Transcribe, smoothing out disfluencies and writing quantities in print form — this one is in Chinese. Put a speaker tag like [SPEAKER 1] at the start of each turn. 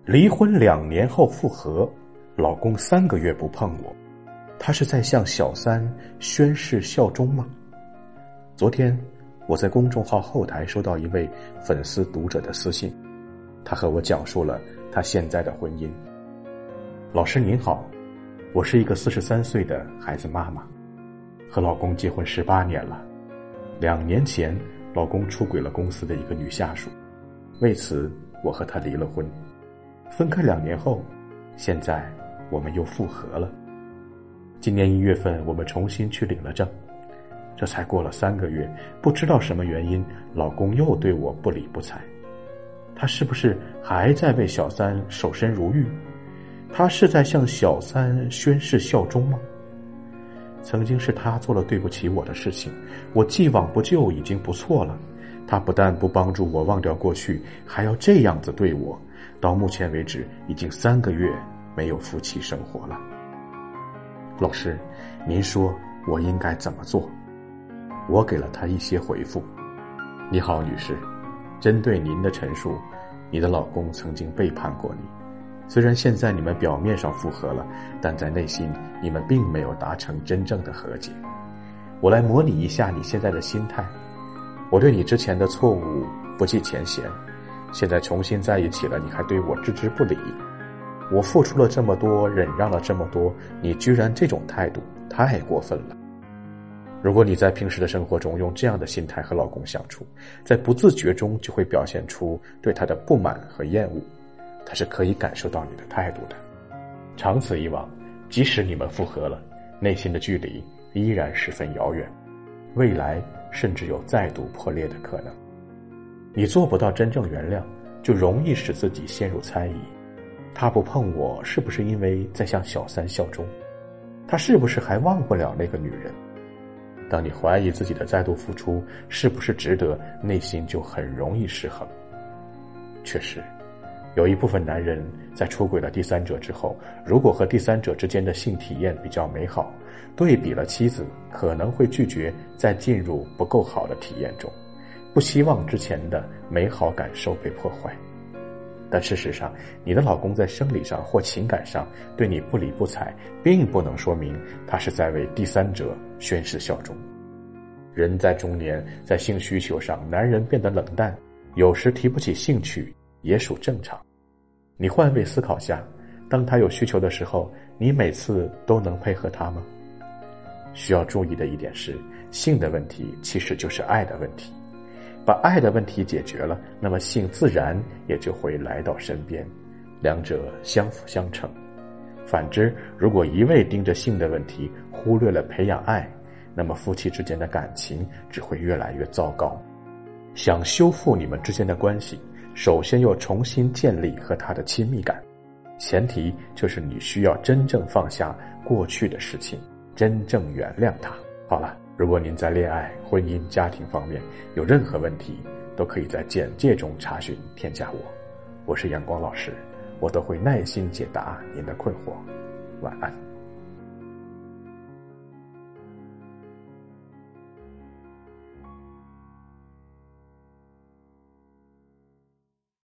[SPEAKER 1] 离婚2年后复合，老公3个月不碰我，他是在向小三宣誓效忠吗？昨天我在公众号后台收到一位粉丝读者的私信，他和我讲述了他现在的婚姻。老师您好，我是一个43岁的孩子妈妈，和老公结婚18年了。2年前老公出轨了公司的一个女下属，为此我和他离了婚。分开2年后，现在我们又复合了。今年1月份我们重新去领了证，这才过了3个月，不知道什么原因，老公又对我不理不睬。他是不是还在为小三守身如玉？他是在向小三宣誓效忠吗？曾经是他做了对不起我的事情，我既往不咎已经不错了，他不但不帮助我忘掉过去，还要这样子对我，到目前为止已经3个月没有夫妻生活了。老师，您说我应该怎么做？我给了他一些回复。你好，女士，针对您的陈述，你的老公曾经背叛过你，虽然现在你们表面上复合了，但在内心你们并没有达成真正的和解。我来模拟一下你现在的心态，我对你之前的错误不计前嫌，现在重新在一起了，你还对我置之不理。我付出了这么多，忍让了这么多，你居然这种态度，太过分了。如果你在平时的生活中用这样的心态和老公相处，在不自觉中就会表现出对他的不满和厌恶，他是可以感受到你的态度的。长此以往，即使你们复合了，内心的距离依然十分遥远，未来甚至有再度破裂的可能。你做不到真正原谅，就容易使自己陷入猜疑。他不碰我，是不是因为在向小三效忠？他是不是还忘不了那个女人？当你怀疑自己的再度付出是不是值得，内心就很容易失衡。确实，有一部分男人在出轨了第三者之后，如果和第三者之间的性体验比较美好，对比了妻子，可能会拒绝再进入不够好的体验中，不希望之前的美好感受被破坏。但事实上，你的老公在生理上或情感上对你不理不睬，并不能说明他是在为第三者宣誓效忠。人在中年，在性需求上，男人变得冷淡，有时提不起兴趣，也属正常。你换位思考下，当他有需求的时候，你每次都能配合他吗？需要注意的一点是，性的问题其实就是爱的问题。把爱的问题解决了，那么性自然也就会来到身边，两者相辅相成。反之，如果一味盯着性的问题，忽略了培养爱，那么夫妻之间的感情只会越来越糟糕。想修复你们之间的关系，首先要重新建立和他的亲密感，前提就是你需要真正放下过去的事情，真正原谅他。好了，如果您在恋爱、婚姻、家庭方面有任何问题，都可以在简介中查询添加我。我是阳光老师，我都会耐心解答您的困惑。晚安。